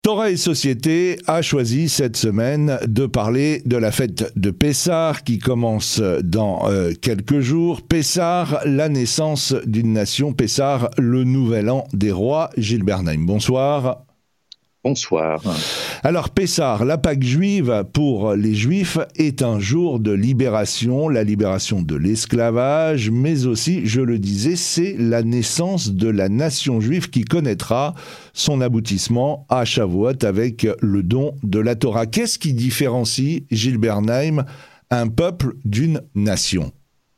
Torah et Société a choisi cette semaine de parler de la fête de Pessah qui commence dans quelques jours. Pessah, la naissance d'une nation. Pessah, le nouvel an des rois. Gilles Bernheim, bonsoir. Bonsoir. Alors Pessah, la Pâque juive pour les Juifs est un jour de libération, la libération de l'esclavage, mais aussi, je le disais, c'est la naissance de la nation juive qui connaîtra son aboutissement à Shavuot avec le don de la Torah. Qu'est-ce qui différencie, Gilles Bernheim, un peuple d'une nation ?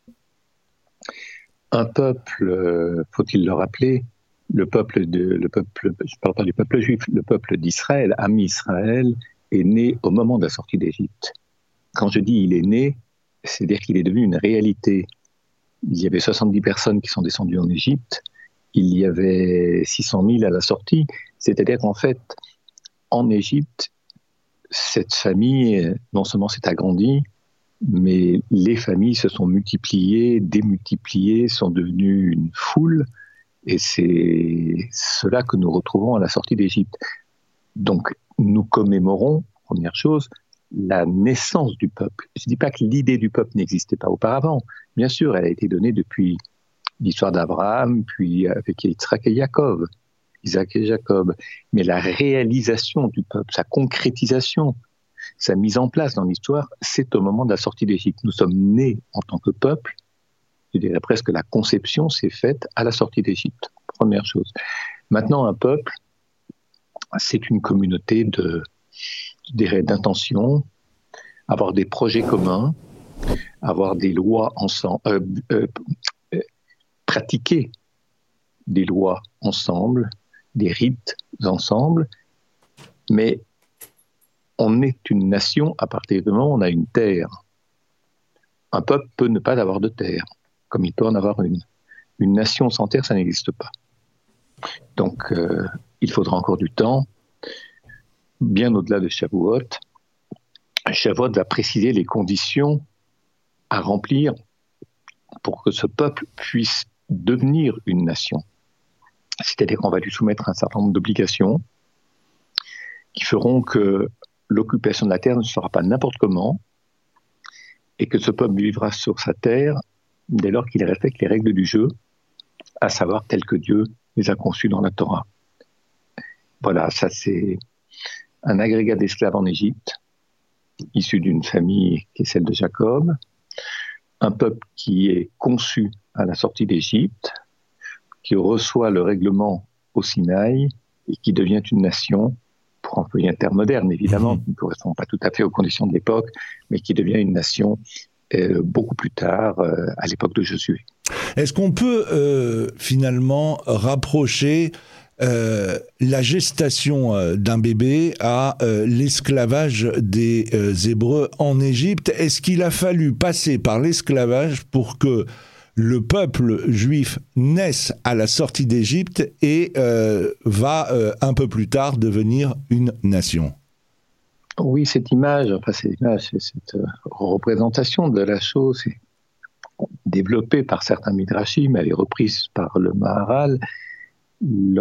Un peuple, faut-il le rappeler, je parle pas du peuple juif, le peuple d'Israël, Am Israël, est né au moment de la sortie d'Égypte. Quand je dis il est né, c'est-à-dire qu'il est devenu une réalité. Il y avait 70 personnes qui sont descendues en Égypte, il y avait 600 000 à la sortie, c'est-à-dire qu'en fait, en Égypte, cette famille, non seulement s'est agrandie, mais les familles se sont multipliées, démultipliées, sont devenues une foule. Et c'est cela que nous retrouvons à la sortie d'Égypte. Donc, nous commémorons, première chose, la naissance du peuple. Je ne dis pas que l'idée du peuple n'existait pas auparavant. Bien sûr, elle a été donnée depuis l'histoire d'Abraham, puis avec Isaac et Jacob. Mais la réalisation du peuple, sa concrétisation, sa mise en place dans l'histoire, c'est au moment de la sortie d'Égypte. Nous sommes nés en tant que peuple. Je dirais presque la conception s'est faite à la sortie d'Égypte, première chose. Maintenant, un peuple, c'est une communauté d'intention, avoir des projets communs, avoir des lois ensemble, pratiquer des lois ensemble, des rites ensemble, mais on est une nation à partir du moment où on a une terre. Un peuple peut ne pas avoir de terre, comme il peut en avoir une. Une nation sans terre, ça n'existe pas. Donc, il faudra encore du temps, bien au-delà de Shavuot. Shavuot va préciser les conditions à remplir pour que ce peuple puisse devenir une nation. C'est-à-dire qu'on va lui soumettre un certain nombre d'obligations qui feront que l'occupation de la terre ne sera pas n'importe comment et que ce peuple vivra sur sa terre dès lors qu'il respecte les règles du jeu, à savoir telles que Dieu les a conçues dans la Torah. Voilà, ça c'est un agrégat d'esclaves en Égypte, issu d'une famille qui est celle de Jacob, un peuple qui est conçu à la sortie d'Égypte, qui reçoit le règlement au Sinaï et qui devient une nation, pour employer un terme moderne évidemment, qui ne correspond pas tout à fait aux conditions de l'époque, mais qui devient une nation beaucoup plus tard, à l'époque de Josué. Est-ce qu'on peut finalement rapprocher la gestation d'un bébé à l'esclavage des Hébreux en Égypte ? Est-ce qu'il a fallu passer par l'esclavage pour que le peuple juif naisse à la sortie d'Égypte et va un peu plus tard devenir une nation ? Oui, cette représentation de la chose est développée par certains midrashim, elle est reprise par le Maharal, il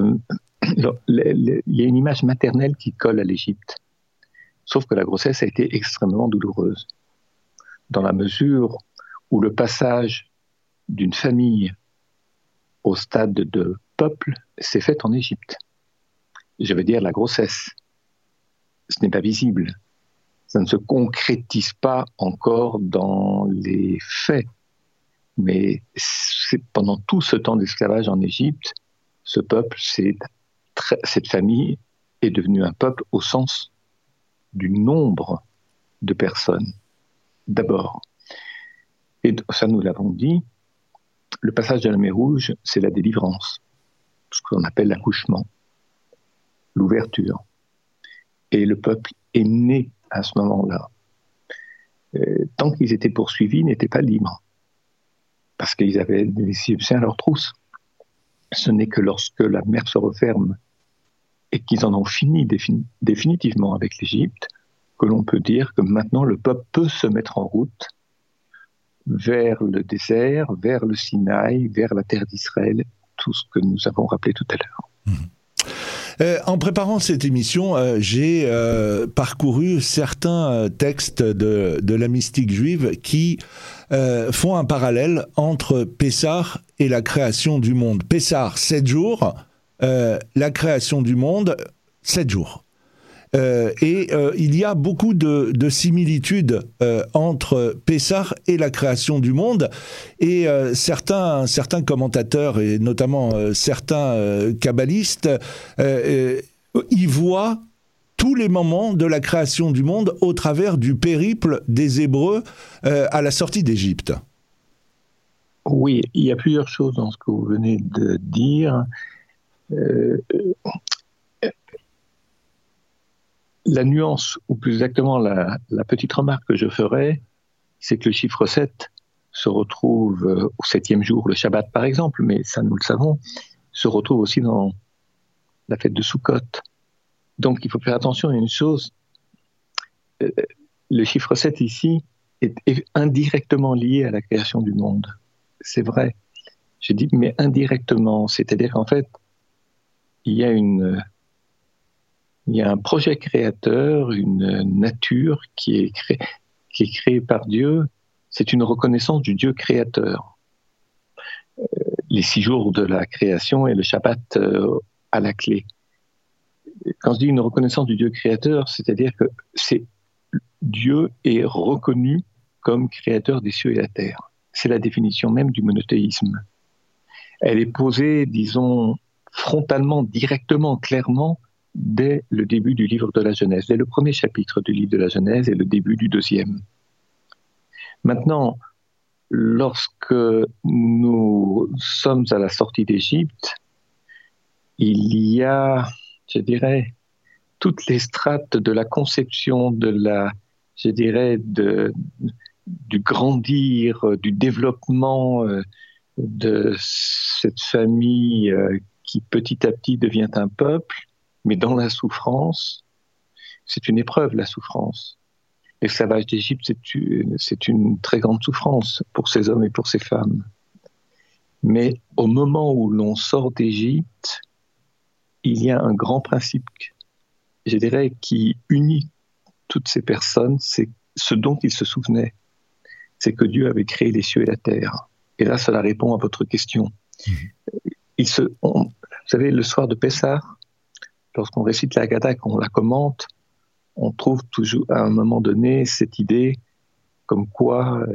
y a une image maternelle qui colle à l'Égypte. Sauf que la grossesse a été extrêmement douloureuse, dans la mesure où le passage d'une famille au stade de peuple s'est fait en Égypte. Je veux dire la grossesse. Ce n'est pas visible. Ça ne se concrétise pas encore dans les faits. Mais pendant tout ce temps d'esclavage en Égypte, ce peuple, cette famille est devenue un peuple au sens du nombre de personnes. D'abord, et ça nous l'avons dit, le passage de la mer Rouge, c'est la délivrance, ce qu'on appelle l'accouchement, l'ouverture. Et le peuple est né à ce moment-là. Tant qu'ils étaient poursuivis, ils n'étaient pas libres, parce qu'ils avaient les Égyptiens à leur trousse. Ce n'est que lorsque la mer se referme et qu'ils en ont fini définitivement avec l'Égypte que l'on peut dire que maintenant le peuple peut se mettre en route vers le désert, vers le Sinaï, vers la terre d'Israël, tout ce que nous avons rappelé tout à l'heure. En préparant cette émission, j'ai parcouru certains textes de la mystique juive qui font un parallèle entre Pessah et la création du monde. Pessah, 7 jours, la création du monde, 7 jours. Il y a beaucoup de similitudes entre Pessah et la création du monde, et certains commentateurs, et notamment certains kabbalistes, y voient tous les moments de la création du monde au travers du périple des Hébreux à la sortie d'Égypte. Oui, il y a plusieurs choses dans ce que vous venez de dire. La nuance, ou plus exactement la petite remarque que je ferai, c'est que le chiffre 7 se retrouve au 7e jour, le Shabbat par exemple, mais ça nous le savons, se retrouve aussi dans la fête de Sukkot. Donc il faut faire attention à une chose, le chiffre 7 ici est indirectement lié à la création du monde. C'est vrai, je dis mais indirectement, c'est-à-dire qu'en fait, il y a un projet créateur, une nature qui est créée par Dieu. C'est une reconnaissance du Dieu créateur. Les 6 jours de la création et le Shabbat à la clé. Quand je dis une reconnaissance du Dieu créateur, c'est-à-dire que Dieu est reconnu comme créateur des cieux et la terre. C'est la définition même du monothéisme. Elle est posée, disons, frontalement, directement, clairement, dès le début du livre de la Genèse, dès le premier chapitre du livre de la Genèse et le début du 2e. Maintenant, lorsque nous sommes à la sortie d'Égypte, il y a, je dirais, toutes les strates de la conception, du grandir, du développement de cette famille qui petit à petit devient un peuple. Mais dans la souffrance, c'est une épreuve, la souffrance. L'esclavage d'Égypte, c'est une très grande souffrance pour ces hommes et pour ces femmes. Mais au moment où l'on sort d'Égypte, il y a un grand principe, je dirais, qui unit toutes ces personnes, c'est ce dont ils se souvenaient. C'est que Dieu avait créé les cieux et la terre. Et là, cela répond à votre question. Vous savez, le soir de Pessah, lorsqu'on récite la Haggadah, qu'on la commente, on trouve toujours à un moment donné cette idée comme quoi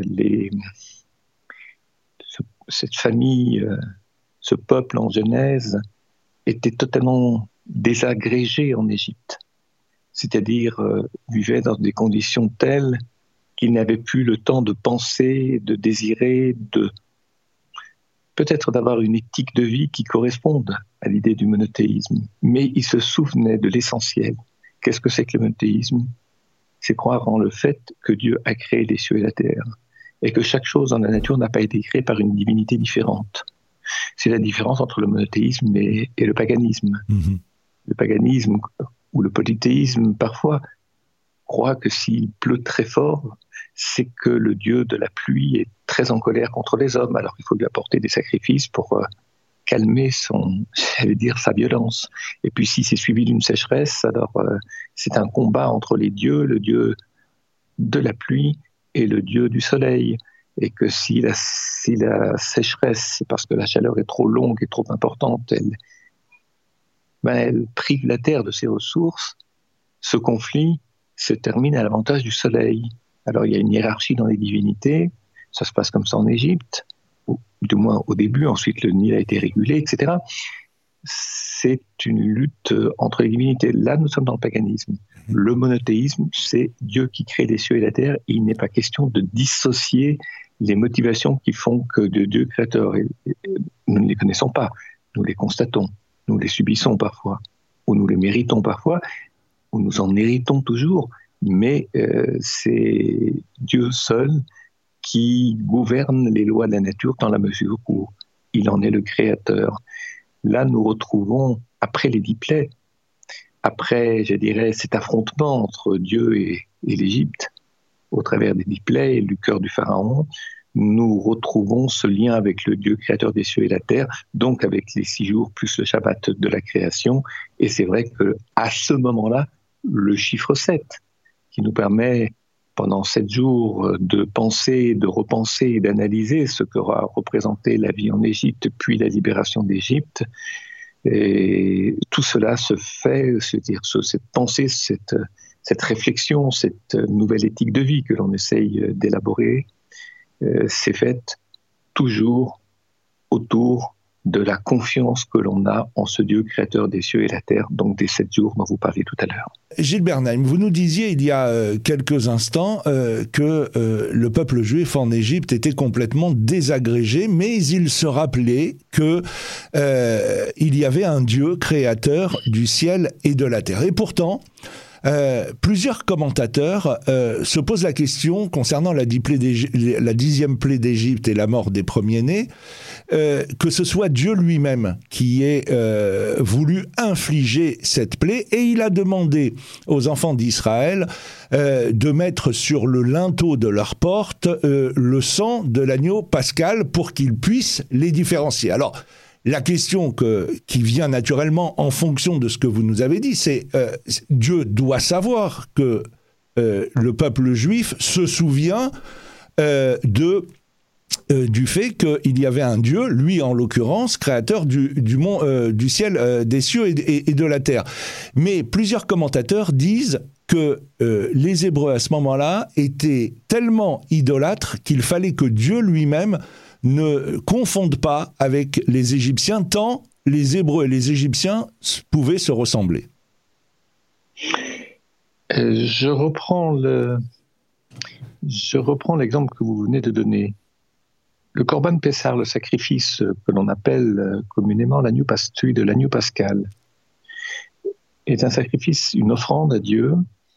cette famille, ce peuple en Genèse, était totalement désagrégé en Égypte. C'est-à-dire vivait dans des conditions telles qu'ils n'avaient plus le temps de penser, de désirer, peut-être d'avoir une éthique de vie qui corresponde à l'idée du monothéisme. Mais ils se souvenaient de l'essentiel. Qu'est-ce que c'est que le monothéisme ? C'est croire en le fait que Dieu a créé les cieux et la terre, et que chaque chose dans la nature n'a pas été créée par une divinité différente. C'est la différence entre le monothéisme et le paganisme. Mm-hmm. Le paganisme ou le polythéisme, parfois, croit que s'il pleut très fort, c'est que le Dieu de la pluie est très en colère contre les hommes, alors il faut lui apporter des sacrifices pour calmer sa violence. Et puis si c'est suivi d'une sécheresse, alors c'est un combat entre les dieux, le Dieu de la pluie et le Dieu du soleil. Et que si la sécheresse, c'est parce que la chaleur est trop longue et trop importante, elle prive la terre de ses ressources, ce conflit se termine à l'avantage du soleil. Alors il y a une hiérarchie dans les divinités, ça se passe comme ça en Égypte, du moins au début, ensuite le Nil a été régulé, etc. C'est une lutte entre les divinités. Là, nous sommes dans le paganisme. Le monothéisme, c'est Dieu qui crée les cieux et la terre, et il n'est pas question de dissocier les motivations qui font que de Dieu créateur. Et nous ne les connaissons pas, nous les constatons, nous les subissons parfois, ou nous les méritons parfois, ou nous en héritons toujours, mais c'est Dieu seul qui gouverne les lois de la nature dans la mesure où il en est le créateur. Là, nous retrouvons, après les 10 plaies, après, je dirais, cet affrontement entre Dieu et l'Égypte, au travers des 10 plaies et du cœur du pharaon, nous retrouvons ce lien avec le Dieu créateur des cieux et la terre, donc avec les 6 jours plus le Shabbat de la création. Et c'est vrai qu'à ce moment-là, le chiffre 7, qui nous permet pendant 7 jours de penser, de repenser et d'analyser ce qu'aura représenté la vie en Égypte puis la libération d'Égypte. Et tout cela se fait, c'est-à-dire cette pensée, cette réflexion, cette nouvelle éthique de vie que l'on essaye d'élaborer, c'est faite toujours autour de la confiance que l'on a en ce Dieu créateur des cieux et la terre, donc des 7 jours dont vous parliez tout à l'heure. Gilles Bernheim, vous nous disiez il y a quelques instants que le peuple juif en Égypte était complètement désagrégé, mais il se rappelait que il y avait un Dieu créateur du ciel et de la terre. Et pourtant, plusieurs commentateurs se posent la question concernant la 10e plaie d'Égypte et la mort des premiers-nés, que ce soit Dieu lui-même qui ait voulu infliger cette plaie, et il a demandé aux enfants d'Israël de mettre sur le linteau de leur porte le sang de l'agneau pascal pour qu'ils puissent les différencier. Alors, la question qui vient naturellement en fonction de ce que vous nous avez dit, c'est Dieu doit savoir que le peuple juif se souvient du fait qu'il y avait un Dieu, lui en l'occurrence, créateur du ciel, des cieux et de la terre. Mais plusieurs commentateurs disent que les Hébreux à ce moment-là étaient tellement idolâtres qu'il fallait que Dieu lui-même ne confondent pas avec les Égyptiens, tant les Hébreux et les Égyptiens pouvaient se ressembler. Je reprends l'exemple que vous venez de donner. Le Corban Pessar, le sacrifice que l'on appelle communément celui de l'agneau pascal, est un sacrifice, une offrande à Dieu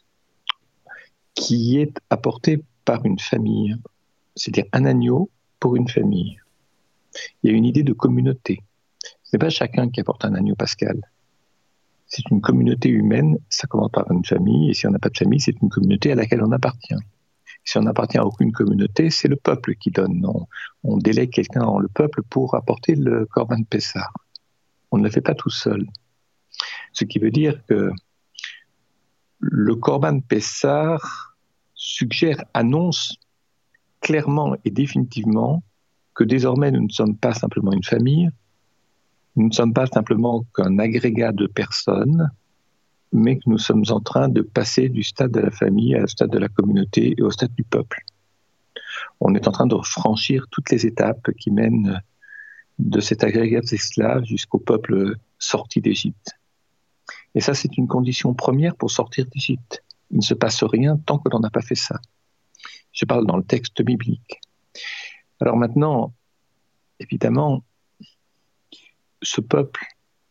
qui est apportée par une famille, c'est-à-dire un agneau pour une famille. Il y a une idée de communauté. Ce n'est pas chacun qui apporte un agneau pascal. C'est une communauté humaine, ça commence par une famille, et si on n'a pas de famille, c'est une communauté à laquelle on appartient. Si on n'appartient à aucune communauté, c'est le peuple qui donne. On délègue quelqu'un en le peuple pour apporter le Corban Pessah. On ne le fait pas tout seul. Ce qui veut dire que le Corban Pessah annonce clairement et définitivement que désormais nous ne sommes pas simplement une famille, nous ne sommes pas simplement qu'un agrégat de personnes, mais que nous sommes en train de passer du stade de la famille au stade de la communauté et au stade du peuple. On est en train de franchir toutes les étapes qui mènent de cet agrégat d'esclaves jusqu'au peuple sorti d'Égypte. Et ça, c'est une condition première pour sortir d'Égypte. Il ne se passe rien tant que l'on n'a pas fait ça. Je parle dans le texte biblique. Alors maintenant, évidemment, ce peuple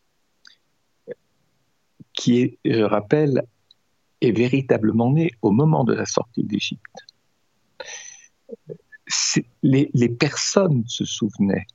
qui est, je rappelle, est véritablement né au moment de la sortie d'Égypte. Les personnes se souvenaient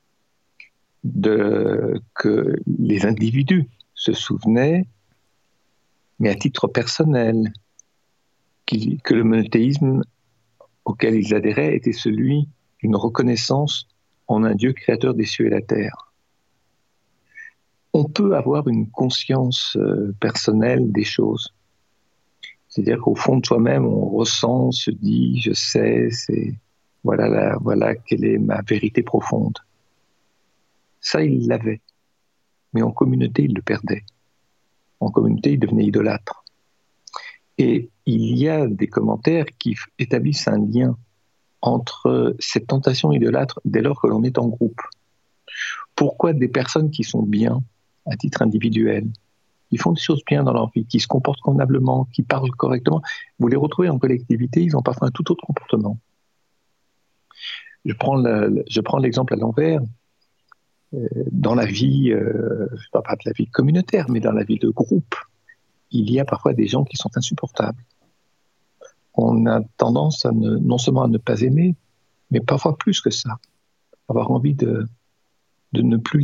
que les individus se souvenaient, mais à titre personnel, que le monothéisme auquel ils adhéraient était celui d'une reconnaissance en un Dieu créateur des cieux et la terre. On peut avoir une conscience personnelle des choses. C'est-à-dire qu'au fond de soi-même, on ressent, se dit, je sais, voilà quelle est ma vérité profonde. Ça, il l'avait. Mais en communauté, il le perdait. En communauté, il devenait idolâtre. Et il y a des commentaires qui établissent un lien entre cette tentation idolâtre dès lors que l'on est en groupe. Pourquoi des personnes qui sont bien à titre individuel, qui font des choses bien dans leur vie, qui se comportent convenablement, qui parlent correctement, vous les retrouvez en collectivité, ils ont parfois un tout autre comportement. Je prends l'exemple à l'envers. Dans la vie, je ne parle pas de la vie communautaire, mais dans la vie de groupe, il y a parfois des gens qui sont insupportables. On a tendance non seulement à ne pas aimer, mais parfois plus que ça, avoir envie de ne plus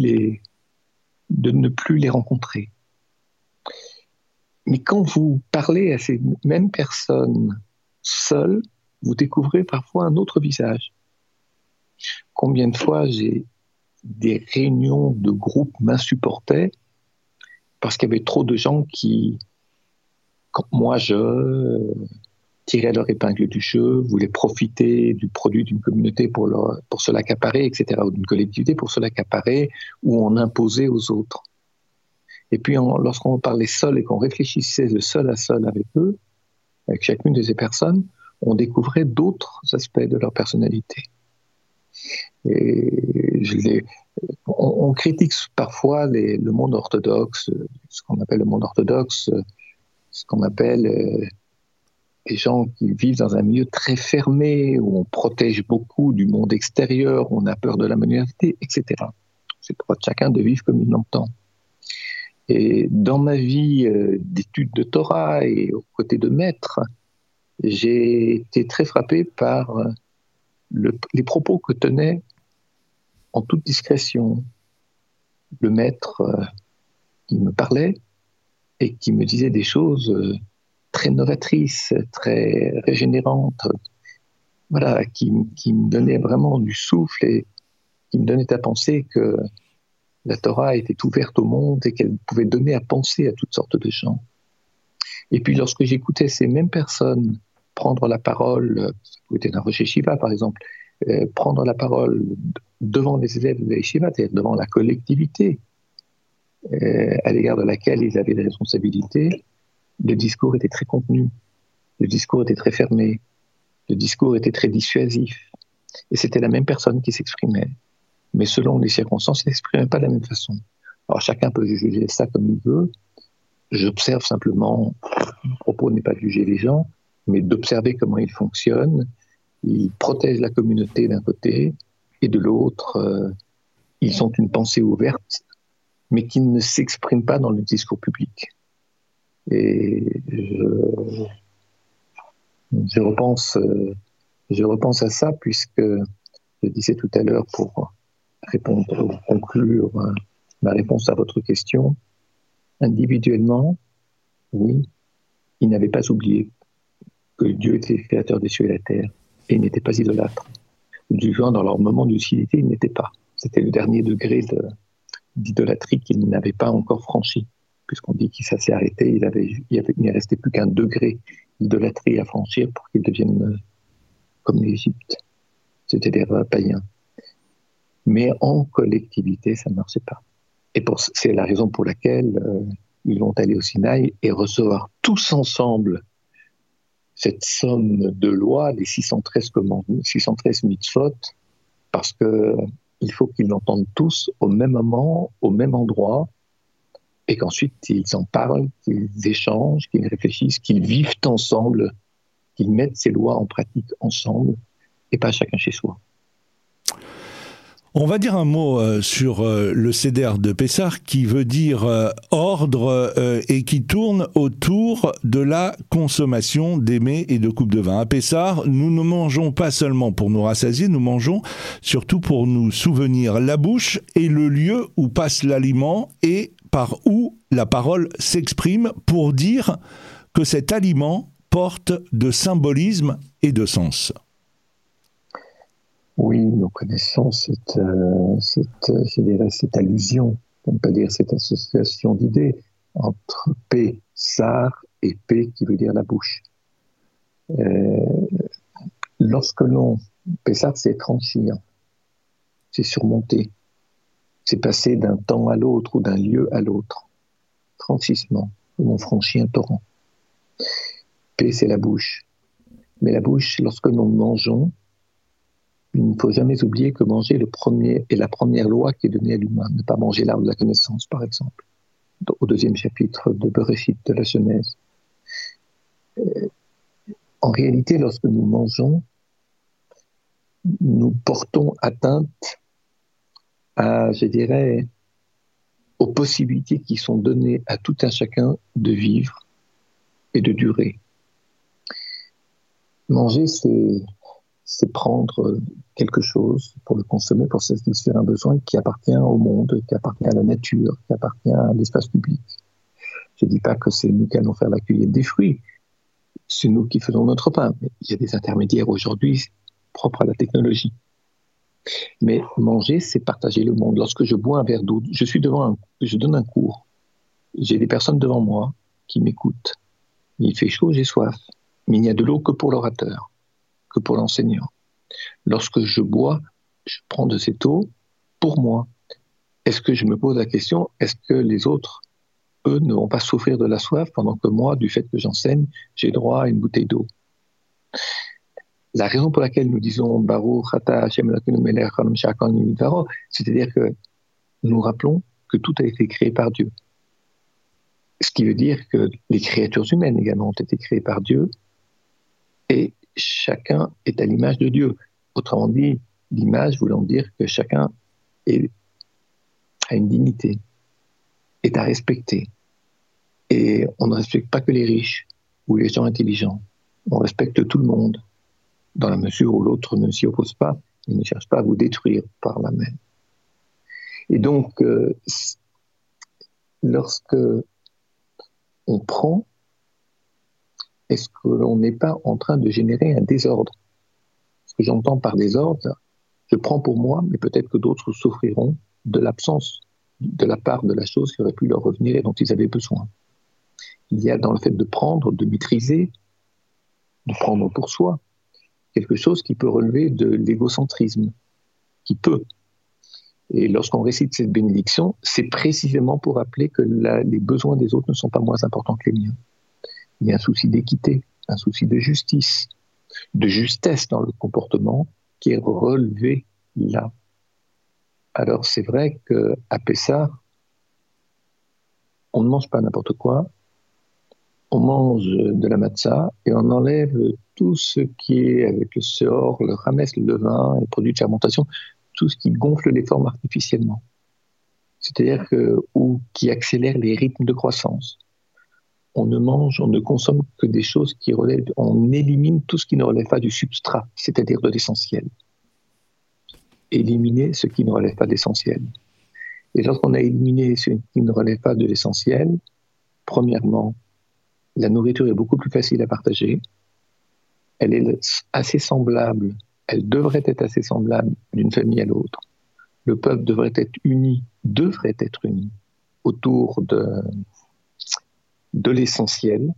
les rencontrer. Mais quand vous parlez à ces mêmes personnes seules, vous découvrez parfois un autre visage. combien de fois des réunions de groupes m'insupportaient parce qu'il y avait trop de gens qui, comme moi, tiraient leur épingle du jeu, voulaient profiter du produit d'une communauté pour se l'accaparer, etc., ou d'une collectivité pour se l'accaparer, ou en imposer aux autres. Et puis, lorsqu'on parlait seul et qu'on réfléchissait de seul à seul avec eux, avec chacune de ces personnes, on découvrait d'autres aspects de leur personnalité. Et on critique parfois le monde orthodoxe, ce qu'on appelle le monde orthodoxe, ce qu'on appelle des gens qui vivent dans un milieu très fermé, où on protège beaucoup du monde extérieur, où on a peur de la modernité, etc. C'est pour chacun de vivre comme il l'entend. Et dans ma vie d'études de Torah et aux côtés de maîtres, j'ai été très frappé par les propos que tenait en toute discrétion le maître qui me parlait et qui me disait des choses très novatrices, très régénérantes, voilà, qui me donnait vraiment du souffle et qui me donnait à penser que la Torah était ouverte au monde et qu'elle pouvait donner à penser à toutes sortes de gens. Et puis lorsque j'écoutais ces mêmes personnes prendre la parole, ça pouvait être un Rosh Yeshiva par exemple, prendre la parole devant les élèves de la Yeshiva, c'est-à-dire devant la collectivité à l'égard de laquelle ils avaient des responsabilités, le discours était très contenu, le discours était très fermé, le discours était très dissuasif. Et c'était la même personne qui s'exprimait. Mais selon les circonstances, il ne s'exprimait pas de la même façon. Alors chacun peut juger ça comme il veut. J'observe simplement, mon propos n'est pas de juger les gens, mais d'observer comment ils fonctionnent. Ils protègent la communauté d'un côté, et de l'autre, ils ont une pensée ouverte, mais qui ne s'expriment pas dans le discours public. Et je repense à ça, puisque je disais tout à l'heure, pour conclure ma réponse à votre question, individuellement, oui, il n'avait pas oublié que Dieu était le créateur des cieux et de la terre, et il n'était pas idolâtre. Du genre, dans leur moment de lucidité, il n'était pas. C'était le dernier degré d'idolâtrie qu'il n'avait pas encore franchi, puisqu'on dit qu'il s'est arrêté, il ne restait plus qu'un degré d'idolâtrie à franchir pour qu'il devienne comme l'Égypte, c'est-à-dire païen. Mais en collectivité, ça ne marchait pas. Et c'est la raison pour laquelle ils vont aller au Sinaï et recevoir tous ensemble cette somme de lois, les 613 commandements, 613 mitzvot, parce qu'il faut qu'ils l'entendent tous au même moment, au même endroit, et qu'ensuite ils en parlent, qu'ils échangent, qu'ils réfléchissent, qu'ils vivent ensemble, qu'ils mettent ces lois en pratique ensemble, et pas chacun chez soi. On va dire un mot sur le Seder de Pessah, qui veut dire ordre et qui tourne autour de la consommation des mets et de coupes de vin. À Pessah, nous ne mangeons pas seulement pour nous rassasier, nous mangeons surtout pour nous souvenir. La bouche est le lieu où passe l'aliment et par où la parole s'exprime pour dire que cet aliment porte de symbolisme et de sens. Oui, nous connaissons cette allusion, pour ne pas dire cette association d'idées, entre Pessar et P qui veut dire la bouche. Pessar, c'est franchir, c'est surmonter, c'est passer d'un temps à l'autre ou d'un lieu à l'autre. Franchissement, comme on franchit un torrent. P, c'est la bouche. Mais la bouche, lorsque nous mangeons, il ne faut jamais oublier que manger est la première loi qui est donnée à l'humain. Ne pas manger l'arbre de la connaissance, par exemple, au 2e chapitre de Bereshit, de la Genèse. En réalité, lorsque nous mangeons, nous portons atteinte aux possibilités qui sont données à tout un chacun de vivre et de durer. Manger, c'est prendre quelque chose pour le consommer, pour satisfaire un besoin qui appartient au monde, qui appartient à la nature, qui appartient à l'espace public. Je ne dis pas que c'est nous qui allons faire la cueillette des fruits, c'est nous qui faisons notre pain. Mais il y a des intermédiaires aujourd'hui propres à la technologie. Mais manger, c'est partager le monde. Lorsque je bois un verre d'eau, je donne un cours. J'ai des personnes devant moi qui m'écoutent. Il fait chaud, j'ai soif. Mais il n'y a de l'eau que pour l'orateur, que pour l'enseignant. Lorsque je bois, je prends de cette eau pour moi. Est-ce que je me pose la question, est-ce que les autres, eux, ne vont pas souffrir de la soif pendant que moi, du fait que j'enseigne, j'ai droit à une bouteille d'eau? La raison pour laquelle nous disons Baruch Ata Hashem Elokeinu Melech Haolam She'akol Niyeh Bidvaro, c'est-à-dire que nous rappelons que tout a été créé par Dieu. Ce qui veut dire que les créatures humaines également ont été créées par Dieu et chacun est à l'image de Dieu. Autrement dit, l'image voulant dire que chacun a une dignité, est à respecter. Et on ne respecte pas que les riches ou les gens intelligents. On respecte tout le monde, dans la mesure où l'autre ne s'y oppose pas et ne cherche pas à vous détruire par la même. Et donc, lorsque on prend, est-ce que l'on n'est pas en train de générer un désordre? Ce que j'entends par désordre, je prends pour moi, mais peut-être que d'autres souffriront de l'absence de la part de la chose qui aurait pu leur revenir et dont ils avaient besoin. Il y a dans le fait de prendre, de maîtriser, de prendre pour soi, quelque chose qui peut relever de l'égocentrisme, qui peut. Et lorsqu'on récite cette bénédiction, c'est précisément pour rappeler que les besoins des autres ne sont pas moins importants que les miens. Il y a un souci d'équité, un souci de justice, de justesse dans le comportement qui est relevé là. Alors c'est vrai qu'à Pessah, on ne mange pas n'importe quoi, on mange de la matzah et on enlève tout ce qui est avec le seor, le ramès, le levain, les produits de fermentation, tout ce qui gonfle les formes artificiellement. C'est-à-dire ou qui accélère les rythmes de croissance. On ne consomme que des choses qui relèvent, on élimine tout ce qui ne relève pas du substrat, c'est-à-dire de l'essentiel. Éliminer ce qui ne relève pas de l'essentiel. Et lorsqu'on a éliminé ce qui ne relève pas de l'essentiel, premièrement, la nourriture est beaucoup plus facile à partager. Elle est assez semblable, elle devrait être assez semblable d'une famille à l'autre. Le peuple devrait être uni autour de l'essentiel.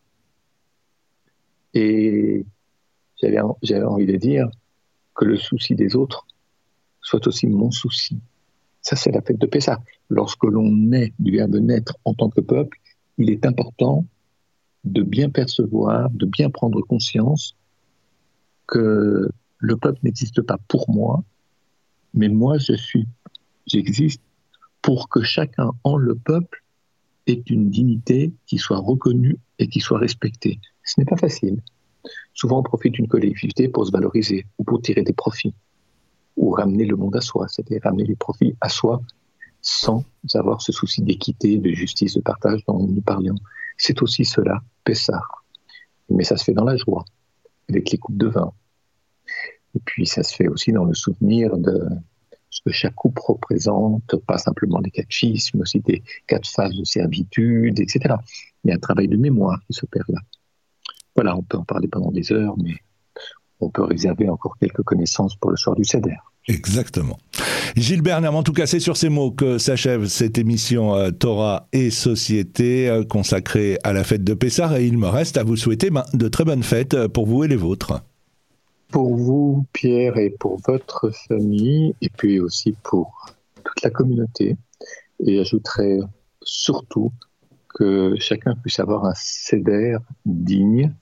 Et j'avais envie de dire que le souci des autres soit aussi mon souci. Ça, c'est la fête de Pessah. Lorsque l'on naît du verbe naître en tant que peuple, il est important de bien percevoir, de bien prendre conscience que le peuple n'existe pas pour moi, mais moi j'existe pour que chacun en le peuple ait une dignité qui soit reconnue et qui soit respectée. Ce n'est pas facile. Souvent on profite d'une collectivité pour se valoriser ou pour tirer des profits ou ramener le monde à soi, c'est-à-dire ramener les profits à soi sans avoir ce souci d'équité, de justice, de partage dont nous parlions. C'est aussi cela, Pessah. Mais ça se fait dans la joie, avec les coupes de vin. Et puis ça se fait aussi dans le souvenir de ce que chaque coupe représente, pas simplement des 4 schismes, mais aussi des 4 phases de servitude, etc. Il y a un travail de mémoire qui s'opère là. Voilà, on peut en parler pendant des heures, mais on peut réserver encore quelques connaissances pour le soir du Seder. Exactement. Gilles Bernheim, en tout cas, c'est sur ces mots que s'achève cette émission Torah et Société consacrée à la fête de Pessah. Et il me reste à vous souhaiter de très bonnes fêtes pour vous et les vôtres. Pour vous, Pierre, et pour votre famille, et puis aussi pour toute la communauté. Et j'ajouterai surtout que chacun puisse avoir un Seder digne.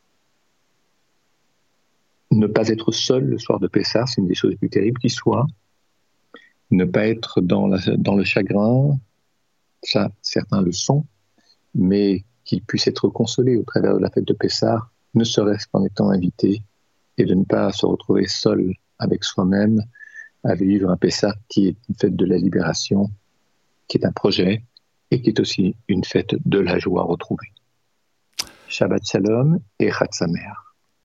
Ne pas être seul le soir de Pessah, c'est une des choses les plus terribles qui soit. Ne pas être dans le chagrin, ça, certains le sont, mais qu'ils puissent être consolés au travers de la fête de Pessah, ne serait-ce qu'en étant invités, et de ne pas se retrouver seul avec soi-même à vivre un Pessah qui est une fête de la libération, qui est un projet, et qui est aussi une fête de la joie retrouvée. Shabbat Shalom et Chag Sameach.